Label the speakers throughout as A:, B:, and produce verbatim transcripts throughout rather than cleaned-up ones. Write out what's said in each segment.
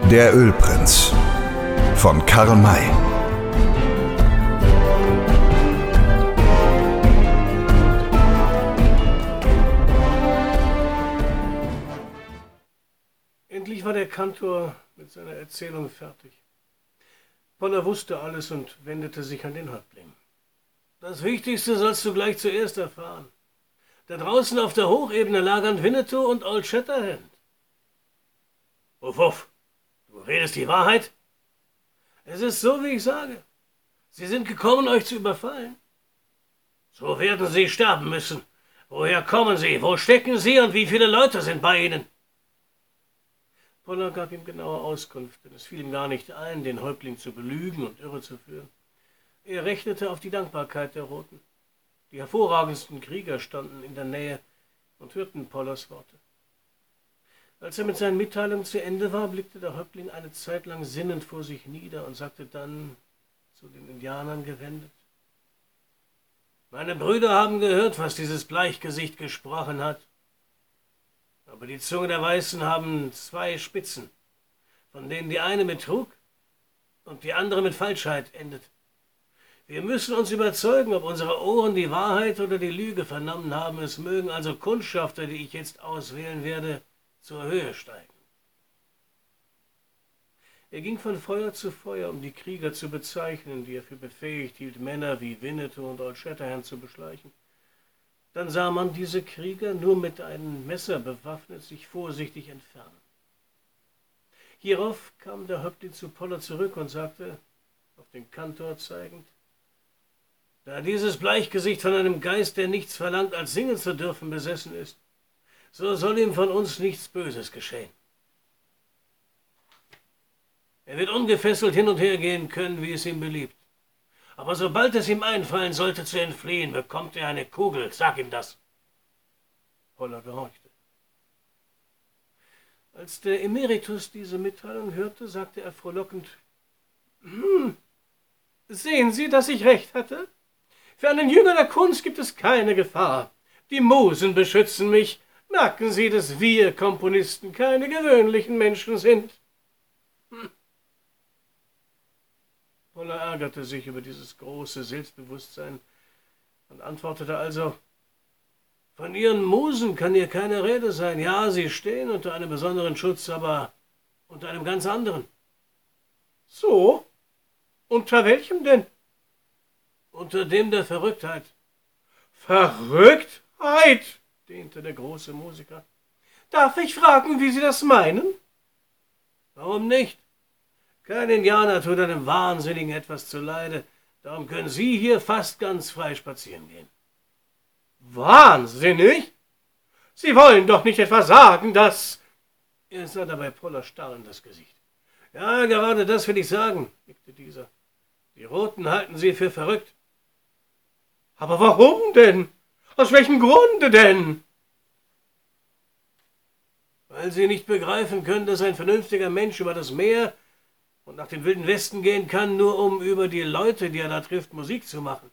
A: Der Ölprinz von Karl May.
B: Endlich war der Kantor mit seiner Erzählung fertig. Poller wusste alles und wendete sich an den Häuptling. Das Wichtigste sollst du gleich zuerst erfahren. Da draußen auf der Hochebene lagern Winnetou und Old Shatterhand. Wuff, wuff, du redest die Wahrheit? Es ist so, wie ich sage. Sie sind gekommen, euch zu überfallen. So werden sie sterben müssen. Woher kommen sie? Wo stecken sie und wie viele Leute sind bei ihnen? Poller gab ihm genaue Auskunft, denn es fiel ihm gar nicht ein, den Häuptling zu belügen und irrezuführen. Er rechnete auf die Dankbarkeit der Roten. Die hervorragendsten Krieger standen in der Nähe und hörten Pollers Worte. Als er mit seinen Mitteilungen zu Ende war, blickte der Häuptling eine Zeit lang sinnend vor sich nieder und sagte dann, zu den Indianern gewendet: »Meine Brüder haben gehört, was dieses Bleichgesicht gesprochen hat. Aber die Zunge der Weißen haben zwei Spitzen, von denen die eine mit Trug und die andere mit Falschheit endet. Wir müssen uns überzeugen, ob unsere Ohren die Wahrheit oder die Lüge vernommen haben. Es mögen also Kundschafter, die ich jetzt auswählen werde, zur Höhe steigen.« Er ging von Feuer zu Feuer, um die Krieger zu bezeichnen, die er für befähigt hielt, Männer wie Winnetou und Old Shatterhand zu beschleichen. Dann sah man diese Krieger, nur mit einem Messer bewaffnet, sich vorsichtig entfernen. Hierauf kam der Häuptling zu Poller zurück und sagte, auf den Kantor zeigend: »Da dieses Bleichgesicht von einem Geist, der nichts verlangt, als singen zu dürfen, besessen ist, so soll ihm von uns nichts Böses geschehen. Er wird ungefesselt hin und her gehen können, wie es ihm beliebt. Aber sobald es ihm einfallen sollte, zu entfliehen, bekommt er eine Kugel. Sag ihm das.« Poller gehorchte. Als der Emeritus diese Mitteilung hörte, sagte er frohlockend: »Hm, sehen Sie, dass ich recht hatte? Für einen Jünger der Kunst gibt es keine Gefahr. Die Musen beschützen mich. Merken Sie, dass wir Komponisten keine gewöhnlichen Menschen sind.« Hm. Poller ärgerte sich über dieses große Selbstbewusstsein und antwortete also: »Von Ihren Musen kann hier keine Rede sein. Ja, sie stehen unter einem besonderen Schutz, aber unter einem ganz anderen.« »So? Unter welchem denn?« »Unter dem der Verrücktheit.« »Verrücktheit?«, dehnte der große Musiker. »Darf ich fragen, wie Sie das meinen?« »Warum nicht? Kein Indianer tut einem Wahnsinnigen etwas zuleide. Darum können Sie hier fast ganz frei spazieren gehen.« »Wahnsinnig? Sie wollen doch nicht etwa sagen, dass...« Er sah dabei Poller starr in das Gesicht. »Ja, gerade das will ich sagen«, nickte dieser. »Die Roten halten Sie für verrückt.« »Aber warum denn? Aus welchem Grunde denn?« »Weil Sie nicht begreifen können, dass ein vernünftiger Mensch über das Meer und nach dem wilden Westen gehen kann, nur um über die Leute, die er da trifft, Musik zu machen.«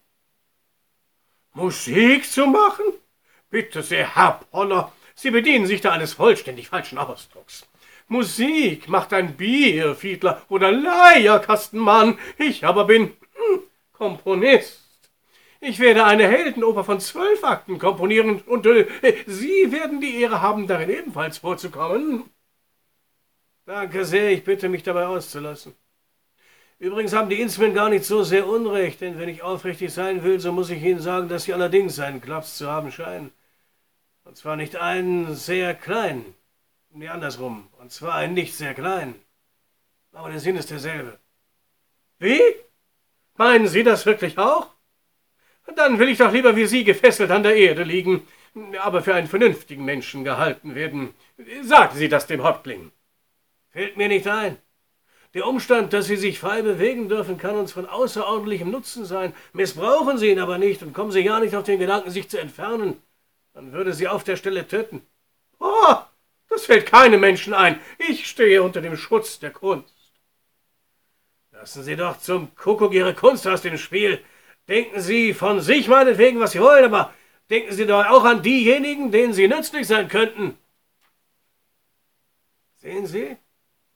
B: »Musik zu machen? Bitte sehr, Herr Poller, Sie bedienen sich da eines vollständig falschen Ausdrucks. Musik macht ein Bierfiedler oder Leierkastenmann. Ich aber bin hm, Komponist. Ich werde eine Heldenoper von zwölf Akten komponieren und äh, Sie werden die Ehre haben, darin ebenfalls vorzukommen.« »Danke sehr, ich bitte mich dabei auszulassen. Übrigens haben die Innsmen gar nicht so sehr Unrecht, denn wenn ich aufrichtig sein will, so muss ich Ihnen sagen, dass Sie allerdings einen Klaps zu haben scheinen. Und zwar nicht einen sehr kleinen, nee, andersrum, und zwar einen nicht sehr kleinen. Aber der Sinn ist derselbe.« »Wie? Meinen Sie das wirklich auch? Dann will ich doch lieber wie Sie gefesselt an der Erde liegen, aber für einen vernünftigen Menschen gehalten werden. Sagen Sie das dem Häuptling.« »Fällt mir nicht ein. Der Umstand, dass Sie sich frei bewegen dürfen, kann uns von außerordentlichem Nutzen sein. Missbrauchen Sie ihn aber nicht und kommen Sie ja nicht auf den Gedanken, sich zu entfernen. Dann würde Sie auf der Stelle töten.« »Oh, das fällt keinem Menschen ein. Ich stehe unter dem Schutz der Kunst.« »Lassen Sie doch zum Kuckuck Ihre Kunst aus dem Spiel. Denken Sie von sich meinetwegen, was Sie wollen, aber denken Sie doch auch an diejenigen, denen Sie nützlich sein könnten.« »Sehen Sie, wie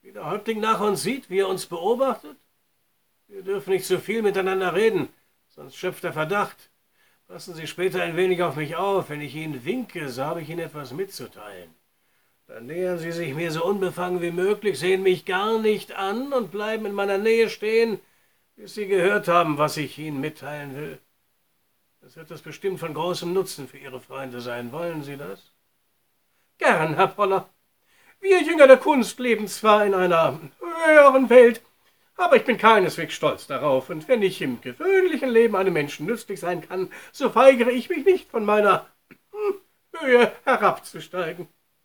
B: Wie der Häuptling nach uns sieht, wie er uns beobachtet? Wir dürfen nicht zu viel miteinander reden, sonst schöpft er Verdacht. Passen Sie später ein wenig auf mich auf. Wenn ich Ihnen winke, so habe ich Ihnen etwas mitzuteilen. Dann nähern Sie sich mir so unbefangen wie möglich, sehen mich gar nicht an und bleiben in meiner Nähe stehen, bis Sie gehört haben, was ich Ihnen mitteilen will. Das wird das bestimmt von großem Nutzen für Ihre Freunde sein. Wollen Sie das? Gern, Herr Poller. Wir Jünger der Kunst leben zwar in einer höheren Welt, aber ich bin keineswegs stolz darauf, und wenn ich im gewöhnlichen Leben einem Menschen nützlich sein kann, so weigere ich mich nicht, von meiner Höhe herabzusteigen.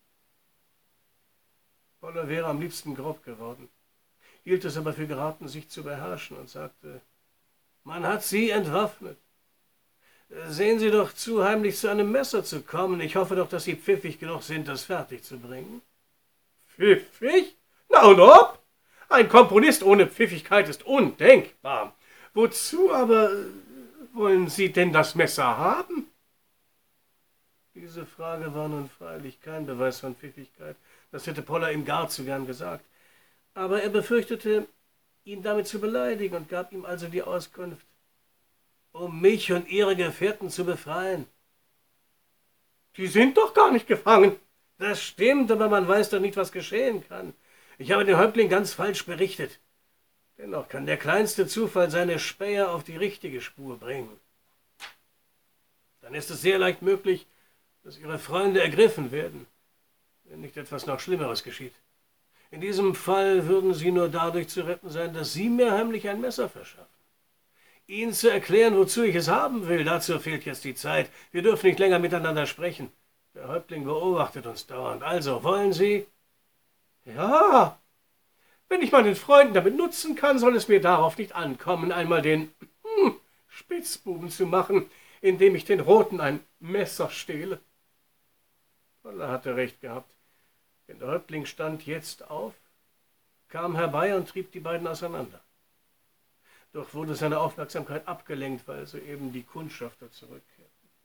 B: Poller wäre am liebsten grob geworden, hielt es aber für geraten, sich zu beherrschen, und sagte, man hat Sie entwaffnet. Sehen Sie doch zu, heimlich zu einem Messer zu kommen. Ich hoffe doch, dass Sie pfiffig genug sind, das fertig zu bringen. Pfiffig? Na und ob? Ein Komponist ohne Pfiffigkeit ist undenkbar. Wozu aber wollen Sie denn das Messer haben? Diese Frage war nun freilich kein Beweis von Pfiffigkeit. Das hätte Poller ihm gar zu gern gesagt. Aber er befürchtete, ihn damit zu beleidigen, und gab ihm also die Auskunft, um mich und Ihre Gefährten zu befreien. Die sind doch gar nicht gefangen. Das stimmt, aber man weiß doch nicht, was geschehen kann. Ich habe den Häuptling ganz falsch berichtet. Dennoch kann der kleinste Zufall seine Späher auf die richtige Spur bringen. Dann ist es sehr leicht möglich, dass Ihre Freunde ergriffen werden, wenn nicht etwas noch Schlimmeres geschieht. In diesem Fall würden Sie nur dadurch zu retten sein, dass Sie mir heimlich ein Messer verschaffen. Ihnen zu erklären, wozu ich es haben will, dazu fehlt jetzt die Zeit. Wir dürfen nicht länger miteinander sprechen. Der Häuptling beobachtet uns dauernd. Also, wollen Sie? Ja, wenn ich meinen Freunden damit nutzen kann, soll es mir darauf nicht ankommen, einmal den hm, Spitzbuben zu machen, indem ich den Roten ein Messer stehle. Poller hatte recht gehabt. Denn der Häuptling stand jetzt auf, kam herbei und trieb die beiden auseinander. Doch wurde seine Aufmerksamkeit abgelenkt, weil soeben die Kundschafter zurückkehrten.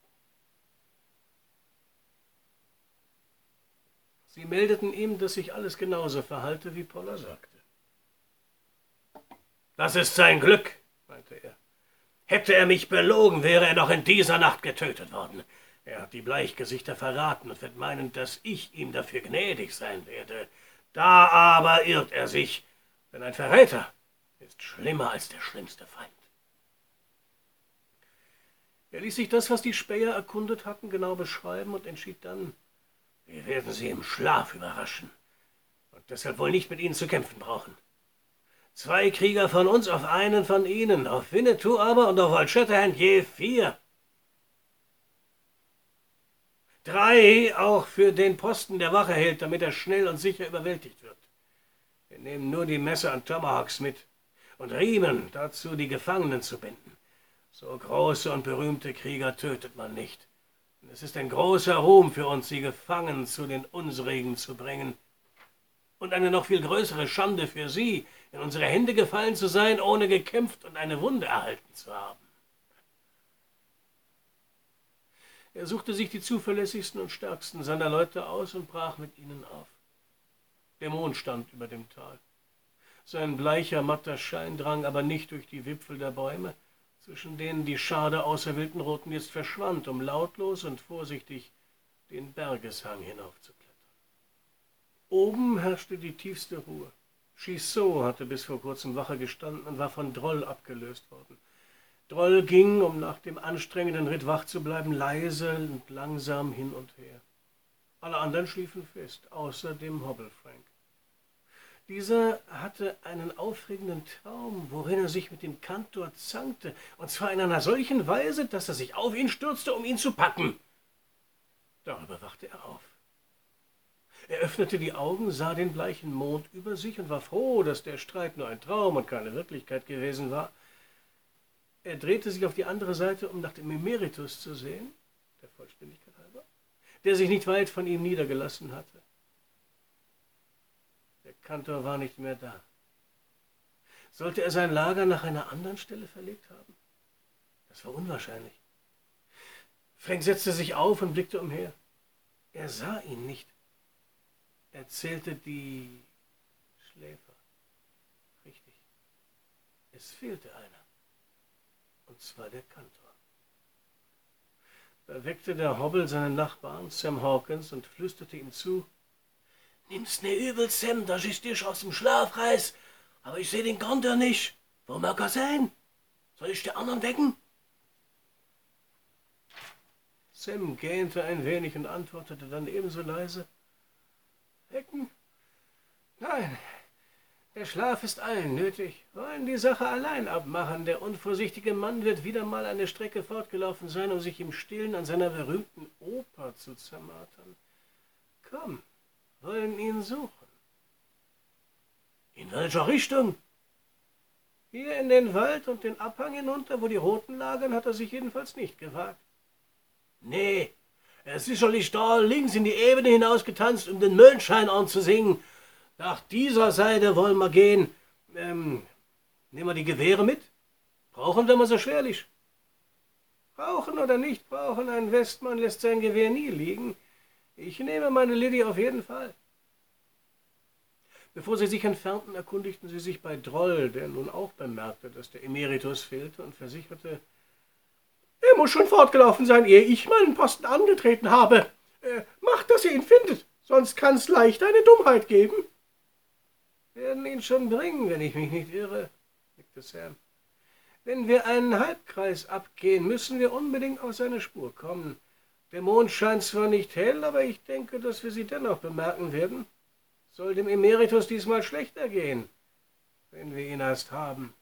B: Sie meldeten ihm, dass sich alles genauso verhalte, wie Poller sagte. »Das ist sein Glück«, meinte er. »Hätte er mich belogen, wäre er noch in dieser Nacht getötet worden. Er hat die Bleichgesichter verraten und wird meinen, dass ich ihm dafür gnädig sein werde. Da aber irrt er sich, denn ein Verräter ist schlimmer als der schlimmste Feind.« Er ließ sich das, was die Späher erkundet hatten, genau beschreiben und entschied dann, wir werden sie im Schlaf überraschen und deshalb wohl nicht mit ihnen zu kämpfen brauchen. Zwei Krieger von uns auf einen von ihnen, auf Winnetou aber und auf Old Shatterhand je vier. Drei auch für den Posten der Wache hält, damit er schnell und sicher überwältigt wird. Wir nehmen nur die Messer und Tomahawks mit und Riemen, dazu die Gefangenen zu binden. So große und berühmte Krieger tötet man nicht. Und es ist ein großer Ruhm für uns, sie gefangen zu den Unsrigen zu bringen. Und eine noch viel größere Schande für sie, in unsere Hände gefallen zu sein, ohne gekämpft und eine Wunde erhalten zu haben. Er suchte sich die zuverlässigsten und stärksten seiner Leute aus und brach mit ihnen auf. Der Mond stand über dem Tal. Sein bleicher, matter Schein drang aber nicht durch die Wipfel der Bäume, zwischen denen die Schar der auserwählten Roten jetzt verschwand, um lautlos und vorsichtig den Bergeshang hinaufzuklettern. Oben herrschte die tiefste Ruhe. Chissot hatte bis vor kurzem Wache gestanden und war von Droll abgelöst worden. Droll ging, um nach dem anstrengenden Ritt wach zu bleiben, leise und langsam hin und her. Alle anderen schliefen fest, außer dem Hobble-Frank. Dieser hatte einen aufregenden Traum, worin er sich mit dem Kantor zankte, und zwar in einer solchen Weise, dass er sich auf ihn stürzte, um ihn zu packen. Darüber wachte er auf. Er öffnete die Augen, sah den bleichen Mond über sich und war froh, dass der Streit nur ein Traum und keine Wirklichkeit gewesen war. Er drehte sich auf die andere Seite, um nach dem Emeritus zu sehen, der Vollständigkeit halber, der sich nicht weit von ihm niedergelassen hatte. Der Kantor war nicht mehr da. Sollte er sein Lager nach einer anderen Stelle verlegt haben? Das war unwahrscheinlich. Frank setzte sich auf und blickte umher. Er sah ihn nicht. Er zählte die Schläfer. Richtig, es fehlte einer, und zwar der Kantor. Da weckte der Hobble seinen Nachbarn, Sam Hawkins, und flüsterte ihm zu: »Nimm's ne übel, Sam, dass ich dich aus dem Schlaf reiß, aber ich seh den Kantor nicht. Wo mag er sein? Soll ich die anderen wecken?« Sam gähnte ein wenig und antwortete dann ebenso leise: »Wecken? Nein, der Schlaf ist allen nötig. Wollen die Sache allein abmachen. Der unvorsichtige Mann wird wieder mal eine Strecke fortgelaufen sein, um sich im Stillen an seiner berühmten Oper zu zermartern. Komm, wollen ihn suchen.« »In welcher Richtung?« »Hier in den Wald und den Abhang hinunter, wo die Roten lagern, hat er sich jedenfalls nicht gewagt.« »Nee, er ist sicherlich da links in die Ebene hinausgetanzt, um den Mondschein anzusingen. Nach dieser Seite wollen wir gehen. Ähm, nehmen wir die Gewehre mit? Brauchen wir mal so schwerlich?« »Brauchen oder nicht brauchen, ein Westmann lässt sein Gewehr nie liegen. Ich nehme meine Liddy auf jeden Fall.« Bevor sie sich entfernten, erkundigten sie sich bei Droll, der nun auch bemerkte, dass der Emeritus fehlte, und versicherte: »Er muss schon fortgelaufen sein, ehe ich meinen Posten angetreten habe. Äh, macht, dass ihr ihn findet, sonst kann's leicht eine Dummheit geben.« »Werden ihn schon bringen, wenn ich mich nicht irre«, nickte Sam. »Wenn wir einen Halbkreis abgehen, müssen wir unbedingt auf seine Spur kommen. Der Mond scheint zwar nicht hell, aber ich denke, dass wir sie dennoch bemerken werden. Soll dem Emeritus diesmal schlechter gehen, wenn wir ihn erst haben.«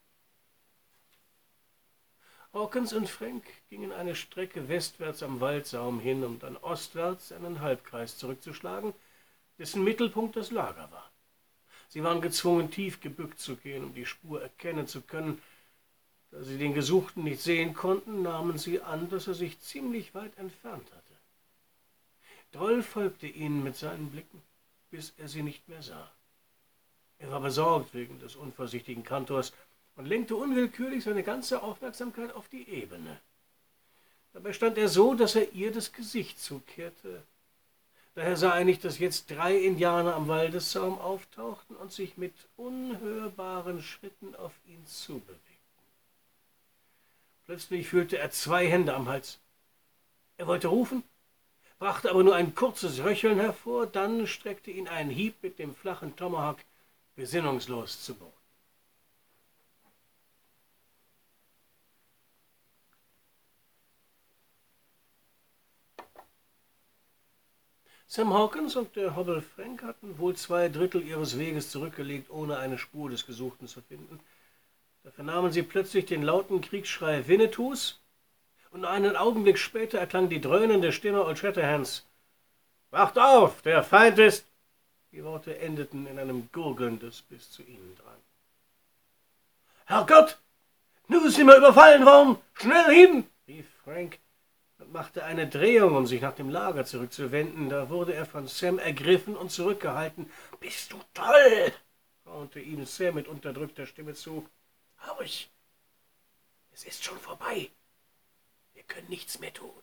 B: Hawkins und Frank gingen eine Strecke westwärts am Waldsaum hin, um dann ostwärts einen Halbkreis zurückzuschlagen, dessen Mittelpunkt das Lager war. Sie waren gezwungen, tief gebückt zu gehen, um die Spur erkennen zu können. Da sie den Gesuchten nicht sehen konnten, nahmen sie an, dass er sich ziemlich weit entfernt hatte. Droll folgte ihnen mit seinen Blicken, bis er sie nicht mehr sah. Er war besorgt wegen des unvorsichtigen Kantors und lenkte unwillkürlich seine ganze Aufmerksamkeit auf die Ebene. Dabei stand er so, dass er ihr das Gesicht zukehrte. Daher sah er nicht, dass jetzt drei Indianer am Waldessaum auftauchten und sich mit unhörbaren Schritten auf ihn zubewegten. Plötzlich fühlte er zwei Hände am Hals. Er wollte rufen, brachte aber nur ein kurzes Röcheln hervor, dann streckte ihn ein Hieb mit dem flachen Tomahawk besinnungslos zu Boden. Sam Hawkins und der Hobble Frank hatten wohl zwei Drittel ihres Weges zurückgelegt, ohne eine Spur des Gesuchten zu finden. Da vernahmen sie plötzlich den lauten Kriegsschrei Winnetous, und nur einen Augenblick später erklang die dröhnende Stimme Old Shatterhands. »Wacht auf, der Feind ist...« Die Worte endeten in einem Gurgeln, das bis zu ihnen drang. »Herrgott, nun sind wir überfallen worden! Schnell hin!« rief Frank und machte eine Drehung, um sich nach dem Lager zurückzuwenden. Da wurde er von Sam ergriffen und zurückgehalten. »Bist du toll!« raunte ihm Sam mit unterdrückter Stimme zu. »Horch, es ist schon vorbei. Wir können nichts mehr tun.«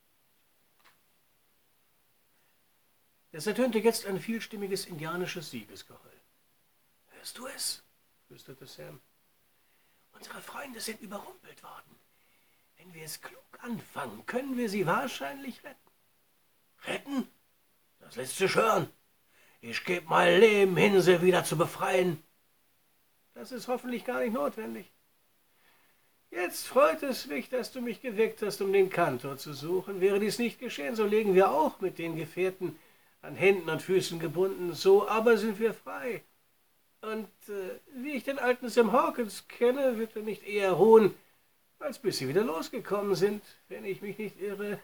B: Es ertönte jetzt ein vielstimmiges indianisches Siegesgeheul. »Hörst du es?« flüsterte Sam. »Unsere Freunde sind überrumpelt worden. Wenn wir es klug anfangen, können wir sie wahrscheinlich retten.« »Retten? Das lässt sich hören. Ich gebe mein Leben hin, sie wieder zu befreien.« »Das ist hoffentlich gar nicht notwendig. Jetzt freut es mich, dass du mich geweckt hast, um den Kantor zu suchen. Wäre dies nicht geschehen, so legen wir auch mit den Gefährten an Händen und Füßen gebunden. So aber sind wir frei. Und äh, wie ich den alten Sam Hawkins kenne, wird er nicht eher ruhen, als bis sie wieder losgekommen sind, wenn ich mich nicht irre.«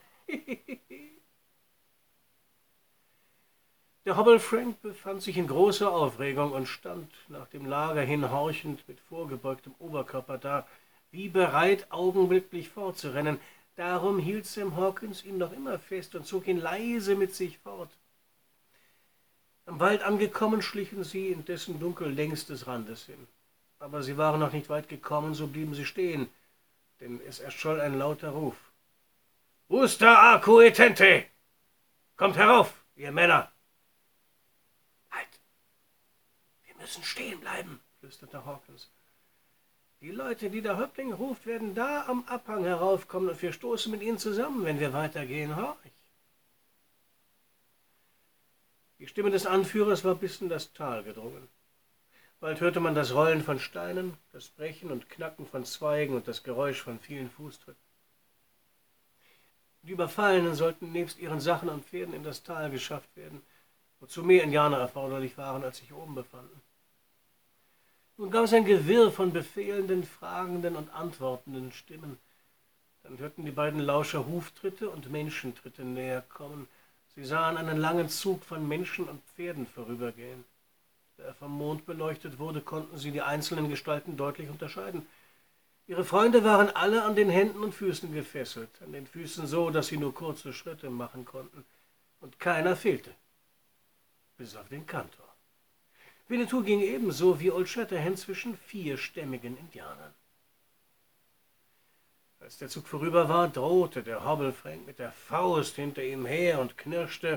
B: Der Hobble Frank befand sich in großer Aufregung und stand nach dem Lager hin horchend mit vorgebeugtem Oberkörper da, wie bereit, augenblicklich fortzurennen. Darum hielt Sam Hawkins ihn noch immer fest und zog ihn leise mit sich fort. Am Wald angekommen, schlichen sie in dessen Dunkel längs des Randes hin. Aber sie waren noch nicht weit gekommen, so blieben sie stehen, denn es erscholl ein lauter Ruf. »Usta Akuetente! Kommt herauf, ihr Männer!« »Halt! Wir müssen stehen bleiben«, flüsterte Hawkins. »Die Leute, die der Häuptling ruft, werden da am Abhang heraufkommen, und wir stoßen mit ihnen zusammen, wenn wir weitergehen. Horch!« Die Stimme des Anführers war bis in das Tal gedrungen. Bald hörte man das Rollen von Steinen, das Brechen und Knacken von Zweigen und das Geräusch von vielen Fußtritten. Die Überfallenen sollten nebst ihren Sachen und Pferden in das Tal geschafft werden, wozu mehr Indianer erforderlich waren, als sich oben befanden. Nun gab es ein Gewirr von befehlenden, fragenden und antwortenden Stimmen. Dann hörten die beiden Lauscher Huftritte und Menschentritte näher kommen. Sie sahen einen langen Zug von Menschen und Pferden vorübergehen. Da er vom Mond beleuchtet wurde, konnten sie die einzelnen Gestalten deutlich unterscheiden. Ihre Freunde waren alle an den Händen und Füßen gefesselt, an den Füßen so, dass sie nur kurze Schritte machen konnten. Und keiner fehlte, bis auf den Kantor. Winnetou ging ebenso wie Old Shatterhand zwischen vierstämmigen Indianern. Als der Zug vorüber war, drohte der Hobble-Frank mit der Faust hinter ihm her und knirschte: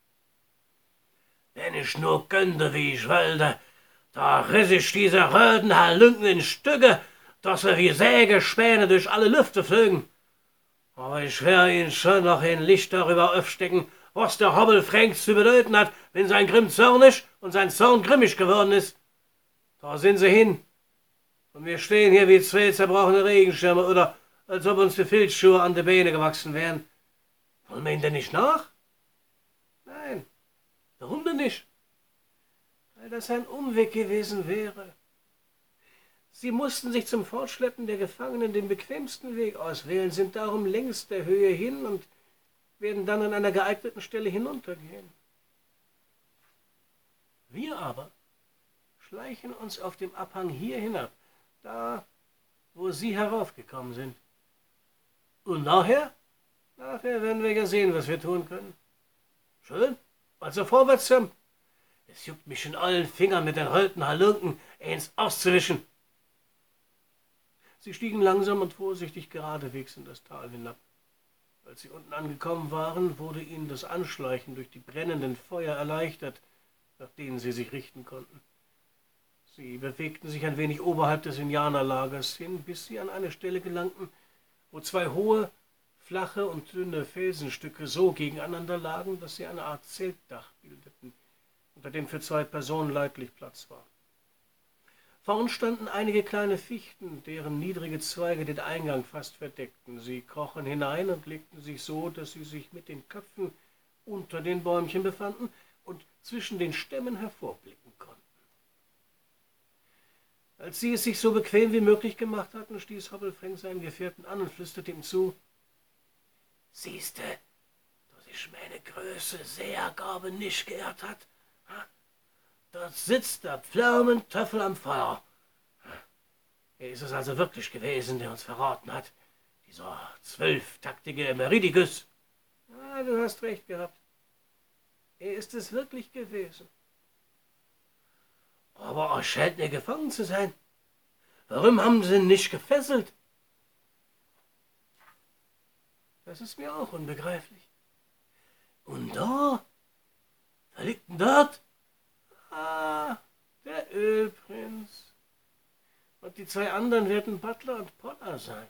B: »Wenn ich nur könnte, wie ich wollte, da riss ich diese röden Halunken in Stücke, dass sie wie Sägespäne durch alle Lüfte flögen. Aber ich werde Ihnen schon noch ein Licht darüber aufstecken, was der Hobble-Frank zu bedeuten hat, wenn sein Grimm zornig und sein Zorn grimmig geworden ist. Da sind sie hin, und wir stehen hier wie zwei zerbrochene Regenschirme, oder als ob uns die Filzschuhe an die Beine gewachsen wären. Wollen wir ihnen denn nicht nach? Nein. Warum denn nicht? Weil das ein Umweg gewesen wäre. Sie mussten sich zum Fortschleppen der Gefangenen den bequemsten Weg auswählen, sind darum längs der Höhe hin und werden dann an einer geeigneten Stelle hinuntergehen. Wir aber schleichen uns auf dem Abhang hier hinab, da, wo Sie heraufgekommen sind. Und nachher? Nachher werden wir ja sehen, was wir tun können. Schön, also vorwärts, Sam. Es juckt mich in allen Fingern, mit den roten Halunken eins auszuwischen. Sie stiegen langsam und vorsichtig geradewegs in das Tal hinab. Als sie unten angekommen waren, wurde ihnen das Anschleichen durch die brennenden Feuer erleichtert, nach denen sie sich richten konnten. Sie bewegten sich ein wenig oberhalb des Indianerlagers hin, bis sie an eine Stelle gelangten, wo zwei hohe, flache und dünne Felsenstücke so gegeneinander lagen, dass sie eine Art Zeltdach bildeten, unter dem für zwei Personen leidlich Platz war. Vorn standen einige kleine Fichten, deren niedrige Zweige den Eingang fast verdeckten. Sie krochen hinein und legten sich so, dass sie sich mit den Köpfen unter den Bäumchen befanden und zwischen den Stämmen hervorblicken konnten. Als sie es sich so bequem wie möglich gemacht hatten, stieß Hobble-Frank seinen Gefährten an und flüsterte ihm zu: »Siehste, dass sich meine Größe Sehergabe nicht geirrt hat? Dort sitzt der Pflaumentöffel am Feuer. Er ist es also wirklich gewesen, der uns verraten hat, dieser zwölftaktige Meridigus.« »Ja, du hast recht gehabt. Er ist es wirklich gewesen.« »Aber er scheint nicht gefangen zu sein. Warum haben sie ihn nicht gefesselt?« »Das ist mir auch unbegreiflich.« »Und da? Wer liegt denn dort?« »Ah, der Ölprinz. Und die zwei anderen werden Butler und Potter sein.«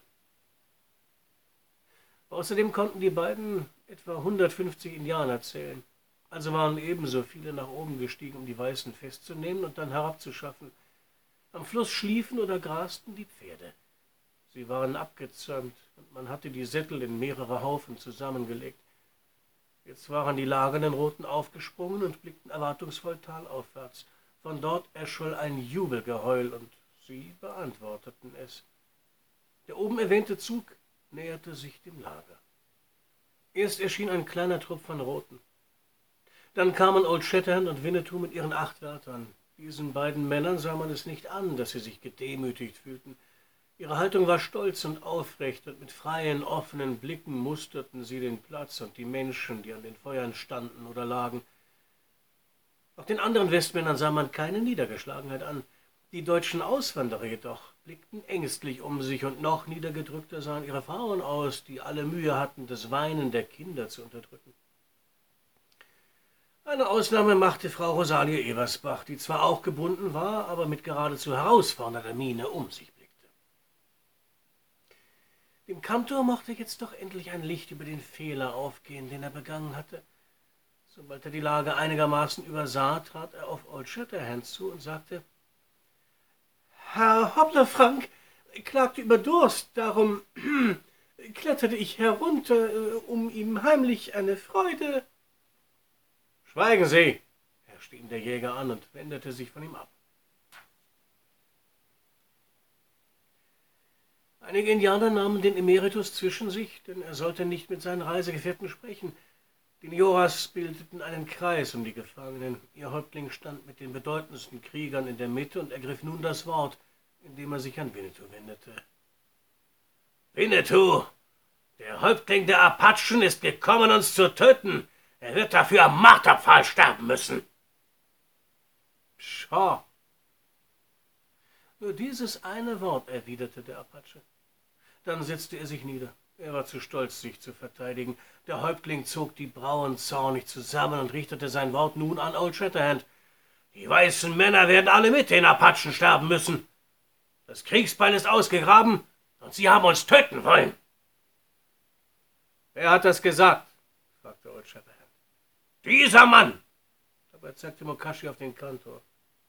B: Außerdem konnten die beiden etwa hundertfünfzig Indianer zählen. Also waren ebenso viele nach oben gestiegen, um die Weißen festzunehmen und dann herabzuschaffen. Am Fluss schliefen oder grasten die Pferde. Sie waren abgezäumt, und man hatte die Sättel in mehrere Haufen zusammengelegt. Jetzt waren die lagernden Roten aufgesprungen und blickten erwartungsvoll talaufwärts. Von dort erscholl ein Jubelgeheul, und sie beantworteten es. Der oben erwähnte Zug näherte sich dem Lager. Erst erschien ein kleiner Trupp von Roten. Dann kamen Old Shatterhand und Winnetou mit ihren acht Wärtern. Diesen beiden Männern sah man es nicht an, dass sie sich gedemütigt fühlten. Ihre Haltung war stolz und aufrecht, und mit freien, offenen Blicken musterten sie den Platz und die Menschen, die an den Feuern standen oder lagen. Auch den anderen Westmännern sah man keine Niedergeschlagenheit an. Die deutschen Auswanderer jedoch blickten ängstlich um sich, und noch niedergedrückter sahen ihre Frauen aus, die alle Mühe hatten, das Weinen der Kinder zu unterdrücken. Eine Ausnahme machte Frau Rosalie Ebersbach, die zwar auch gebunden war, aber mit geradezu herausfordernder Miene um sich blickte. Dem Kantor mochte jetzt doch endlich ein Licht über den Fehler aufgehen, den er begangen hatte. Sobald er die Lage einigermaßen übersah, trat er auf Old Shatterhand zu und sagte: »Herr Hoppler Frank klagte über Durst, darum kletterte ich herunter, um ihm heimlich eine Freude.« »Schweigen Sie«, herrschte ihn der Jäger an und wendete sich von ihm ab. Einige Indianer nahmen den Emeritus zwischen sich, denn er sollte nicht mit seinen Reisegefährten sprechen. Die Njoras bildeten einen Kreis um die Gefangenen. Ihr Häuptling stand mit den bedeutendsten Kriegern in der Mitte und ergriff nun das Wort, indem er sich an Winnetou wendete. »Winnetou, der Häuptling der Apachen ist gekommen, uns zu töten. Er wird dafür am Marterpfahl sterben müssen.« »Pshaw!« Nur dieses eine Wort erwiderte der Apache. Dann setzte er sich nieder. Er war zu stolz, sich zu verteidigen. Der Häuptling zog die Brauen zornig zusammen und richtete sein Wort nun an Old Shatterhand. »Die weißen Männer werden alle mit den Apachen sterben müssen. Das Kriegsbeil ist ausgegraben und sie haben uns töten wollen.« »Wer hat das gesagt?« fragte Old Shatterhand. »Dieser Mann!« Dabei zeigte Mokashi auf den Kantor.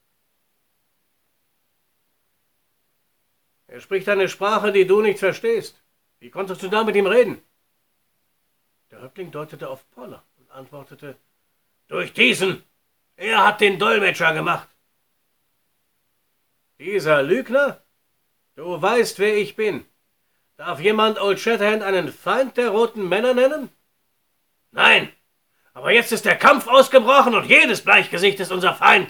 B: »Er spricht eine Sprache, die du nicht verstehst. Wie konntest du da mit ihm reden?« Der Häuptling deutete auf Poller und antwortete: »Durch diesen! Er hat den Dolmetscher gemacht.« »Dieser Lügner? Du weißt, wer ich bin. Darf jemand Old Shatterhand einen Feind der roten Männer nennen?« »Nein, aber jetzt ist der Kampf ausgebrochen und jedes Bleichgesicht ist unser Feind.«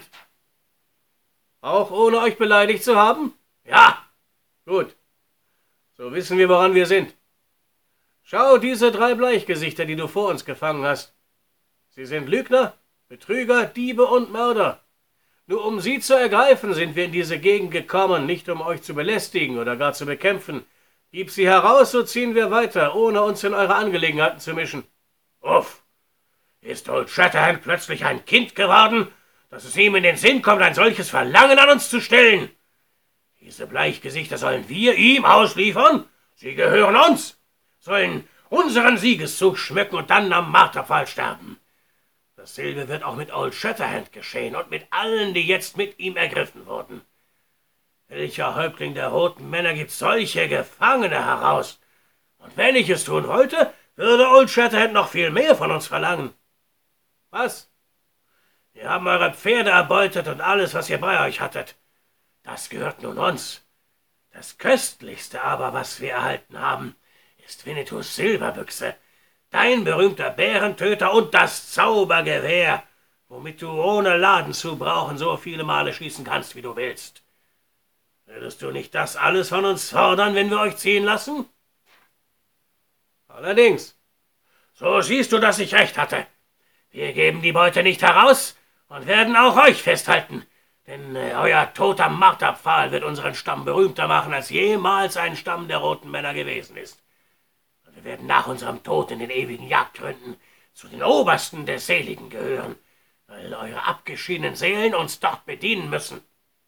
B: »Auch ohne euch beleidigt zu haben?« »Ja.« »Gut, so wissen wir, woran wir sind. Schau diese drei Bleichgesichter, die du vor uns gefangen hast. Sie sind Lügner, Betrüger, Diebe und Mörder. Nur um sie zu ergreifen, sind wir in diese Gegend gekommen, nicht um euch zu belästigen oder gar zu bekämpfen. Gib sie heraus, so ziehen wir weiter, ohne uns in eure Angelegenheiten zu mischen.« »Uff, ist Old Shatterhand plötzlich ein Kind geworden, dass es ihm in den Sinn kommt, ein solches Verlangen an uns zu stellen? Diese Bleichgesichter sollen wir ihm ausliefern? Sie gehören uns, sollen unseren Siegeszug schmücken und dann am Marterpfahl sterben. Dasselbe wird auch mit Old Shatterhand geschehen und mit allen, die jetzt mit ihm ergriffen wurden. Welcher Häuptling der roten Männer gibt solche Gefangene heraus? Und wenn ich es tun wollte, würde Old Shatterhand noch viel mehr von uns verlangen.« »Was?« »Wir haben eure Pferde erbeutet und alles, was ihr bei euch hattet. Das gehört nun uns. Das Köstlichste aber, was wir erhalten haben, ist Winnetous Silberbüchse, dein berühmter Bärentöter und das Zaubergewehr, womit du ohne Laden zu brauchen so viele Male schießen kannst, wie du willst. Würdest du nicht das alles von uns fordern, wenn wir euch ziehen lassen?« »Allerdings.« »So siehst du, dass ich recht hatte. Wir geben die Beute nicht heraus und werden auch euch festhalten. Denn äh, euer Tod am Marterpfahl wird unseren Stamm berühmter machen, als jemals ein Stamm der roten Männer gewesen ist. Und wir werden nach unserem Tod in den ewigen Jagdgründen zu den Obersten der Seligen gehören, weil eure abgeschiedenen Seelen uns dort bedienen müssen.«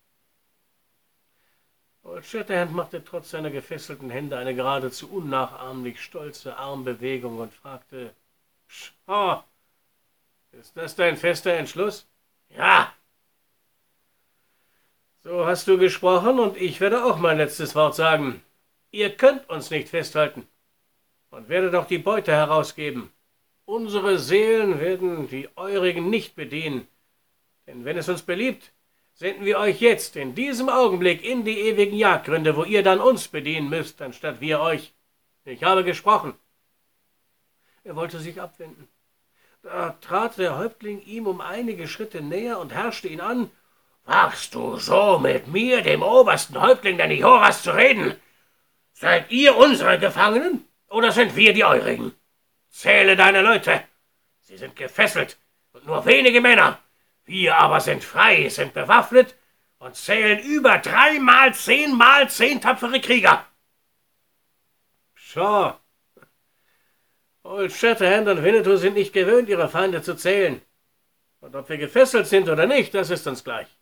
B: Old Shatterhand machte trotz seiner gefesselten Hände eine geradezu unnachahmlich stolze Armbewegung und fragte: »Pshaw, ist das dein fester Entschluss?« »Ja.« »So hast du gesprochen, und ich werde auch mein letztes Wort sagen. Ihr könnt uns nicht festhalten und werdet auch die Beute herausgeben. Unsere Seelen werden die eurigen nicht bedienen, denn wenn es uns beliebt, senden wir euch jetzt in diesem Augenblick in die ewigen Jagdgründe, wo ihr dann uns bedienen müsst, anstatt wir euch. Ich habe gesprochen.« Er wollte sich abwenden. Da trat der Häuptling ihm um einige Schritte näher und herrschte ihn an: »Wagst du so mit mir, dem obersten Häuptling der Njoras, zu reden? Seid ihr unsere Gefangenen, oder sind wir die eurigen? Zähle deine Leute. Sie sind gefesselt und nur wenige Männer. Wir aber sind frei, sind bewaffnet und zählen über dreimal zehnmal zehn tapfere Krieger.« »Pshaw! Old Shatterhand und Winnetou sind nicht gewöhnt, ihre Feinde zu zählen. Und ob wir gefesselt sind oder nicht, das ist uns gleich.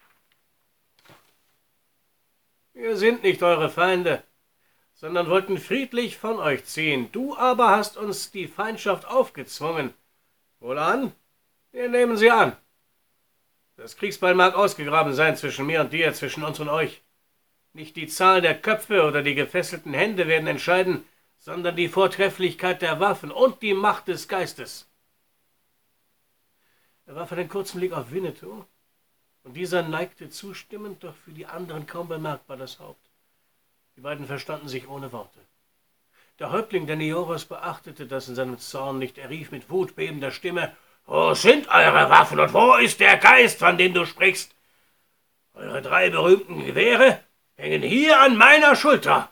B: Wir sind nicht eure Feinde, sondern wollten friedlich von euch ziehen. Du aber hast uns die Feindschaft aufgezwungen. Wohlan, wir nehmen sie an. Das Kriegsbeil mag ausgegraben sein zwischen mir und dir, zwischen uns und euch. Nicht die Zahl der Köpfe oder die gefesselten Hände werden entscheiden, sondern die Vortrefflichkeit der Waffen und die Macht des Geistes. Er warf einen kurzen Blick auf Winnetou, und dieser neigte zustimmend, doch für die anderen kaum bemerkbar das Haupt. Die beiden verstanden sich ohne Worte. Der Häuptling der Nioros beachtete das in seinem Zorn nicht. Er rief mit wutbebender Stimme: »Wo sind eure Waffen und wo ist der Geist, von dem du sprichst? Eure drei berühmten Gewehre hängen hier an meiner Schulter.«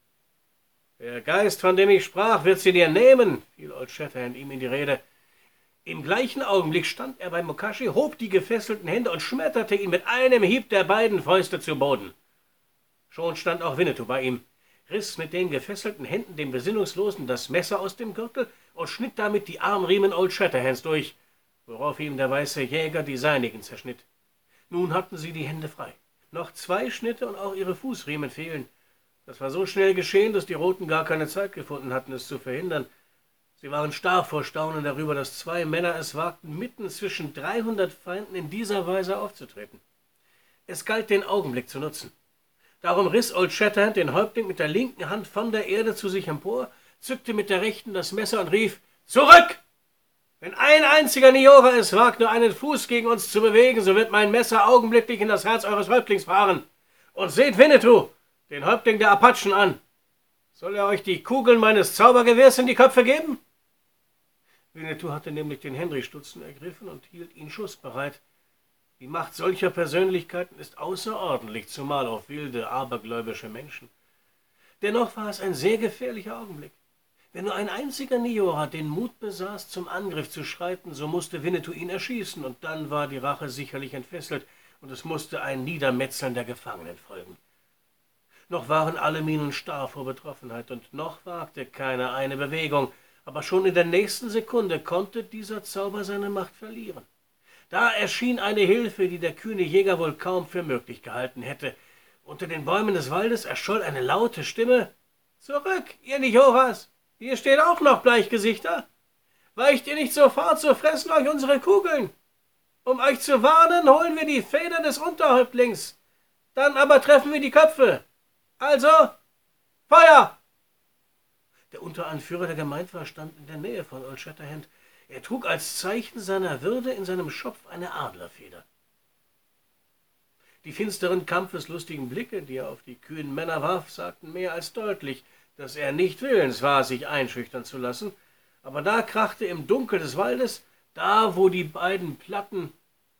B: »Der Geist, von dem ich sprach, wird sie dir nehmen«, fiel Old Shatterhand ihm in die Rede. Im gleichen Augenblick stand er bei Mukashi, hob die gefesselten Hände und schmetterte ihn mit einem Hieb der beiden Fäuste zu Boden. Schon stand auch Winnetou bei ihm, riss mit den gefesselten Händen dem Besinnungslosen das Messer aus dem Gürtel und schnitt damit die Armriemen Old Shatterhands durch, worauf ihm der weiße Jäger die seinigen zerschnitt. Nun hatten sie die Hände frei. Noch zwei Schnitte und auch ihre Fußriemen fehlen. Das war so schnell geschehen, dass die Roten gar keine Zeit gefunden hatten, es zu verhindern. Sie waren starr vor Staunen darüber, dass zwei Männer es wagten, mitten zwischen dreihundert Feinden in dieser Weise aufzutreten. Es galt, den Augenblick zu nutzen. Darum riss Old Shatterhand den Häuptling mit der linken Hand von der Erde zu sich empor, zückte mit der rechten das Messer und rief: »Zurück! Wenn ein einziger Niora es wagt, nur einen Fuß gegen uns zu bewegen, so wird mein Messer augenblicklich in das Herz eures Häuptlings fahren. Und seht Winnetou, den Häuptling der Apachen, an. Soll er euch die Kugeln meines Zaubergewehrs in die Köpfe geben?« Winnetou hatte nämlich den Henry-Stutzen ergriffen und hielt ihn schussbereit. Die Macht solcher Persönlichkeiten ist außerordentlich, zumal auf wilde, abergläubische Menschen. Dennoch war es ein sehr gefährlicher Augenblick. Wenn nur ein einziger Niora den Mut besaß, zum Angriff zu schreiten, so musste Winnetou ihn erschießen, und dann war die Rache sicherlich entfesselt, und es musste ein Niedermetzeln der Gefangenen folgen. Noch waren alle Mienen starr vor Betroffenheit, und noch wagte keiner eine Bewegung, aber schon in der nächsten Sekunde konnte dieser Zauber seine Macht verlieren. Da erschien eine Hilfe, die der kühne Jäger wohl kaum für möglich gehalten hätte. Unter den Bäumen des Waldes erscholl eine laute Stimme: »Zurück, ihr Nioras! Hier steht auch noch Bleichgesichter! Weicht ihr nicht sofort, so fressen euch unsere Kugeln! Um euch zu warnen, holen wir die Feder des Unterhäuptlings! Dann aber treffen wir die Köpfe! Also, Feuer!« Der Unteranführer der Gemeinde stand in der Nähe von Old Shatterhand. Er trug als Zeichen seiner Würde in seinem Schopf eine Adlerfeder. Die finsteren, kampfeslustigen Blicke, die er auf die kühnen Männer warf, sagten mehr als deutlich, dass er nicht willens war, sich einschüchtern zu lassen. Aber da krachte im Dunkel des Waldes, da wo die beiden Platten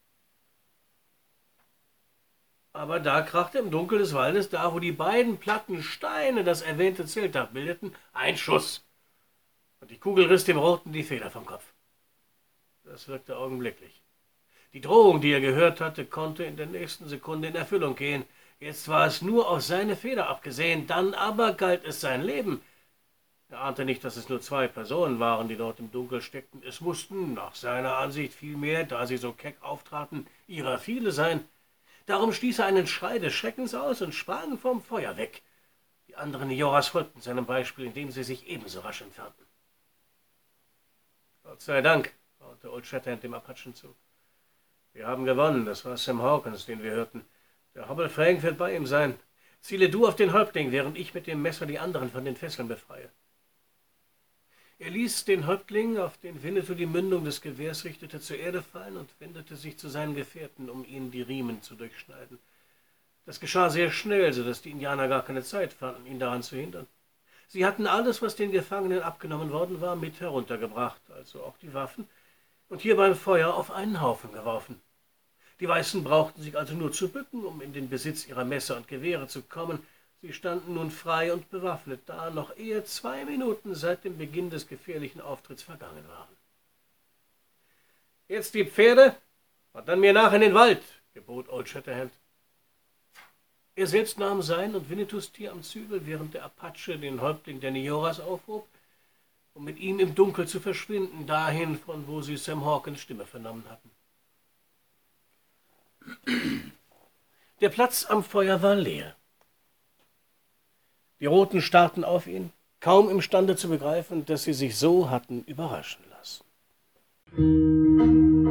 B: Aber da krachte im Dunkel des Waldes, da wo die beiden platten Steine das erwähnte Zeltdach bildeten, ein Schuss. Und die Kugel riss dem Roten die Feder vom Kopf. Das wirkte augenblicklich. Die Drohung, die er gehört hatte, konnte in der nächsten Sekunde in Erfüllung gehen. Jetzt war es nur auf seine Feder abgesehen, dann aber galt es sein Leben. Er ahnte nicht, dass es nur zwei Personen waren, die dort im Dunkel steckten. Es mussten, nach seiner Ansicht vielmehr, da sie so keck auftraten, ihrer viele sein. Darum stieß er einen Schrei des Schreckens aus und sprang vom Feuer weg. Die anderen Nioras folgten seinem Beispiel, indem sie sich ebenso rasch entfernten. »Gott sei Dank«, raunte Old Shatterhand dem Apachen zu. »Wir haben gewonnen, das war Sam Hawkins, den wir hörten. Der Hobble Frank wird bei ihm sein. Ziele du auf den Häuptling, während ich mit dem Messer die anderen von den Fesseln befreie.« Er ließ den Häuptling, auf den Winnetou die Mündung des Gewehrs richtete, zur Erde fallen und wendete sich zu seinen Gefährten, um ihnen die Riemen zu durchschneiden. Das geschah sehr schnell, so dass die Indianer gar keine Zeit fanden, ihn daran zu hindern. Sie hatten alles, was den Gefangenen abgenommen worden war, mit heruntergebracht, also auch die Waffen, und hier beim Feuer auf einen Haufen geworfen. Die Weißen brauchten sich also nur zu bücken, um in den Besitz ihrer Messer und Gewehre zu kommen. Sie standen nun frei und bewaffnet da, noch ehe zwei Minuten seit dem Beginn des gefährlichen Auftritts vergangen waren. »Jetzt die Pferde und dann mir nach in den Wald«, gebot Old Shatterhand. Er selbst nahm sein und Winnetous Tier am Zügel, während der Apache den Häuptling der Nioras aufhob, um mit ihm im Dunkel zu verschwinden, dahin, von wo sie Sam Hawkins Stimme vernommen hatten. Der Platz am Feuer war leer. Die Roten starrten auf ihn, kaum imstande zu begreifen, dass sie sich so hatten überraschen lassen.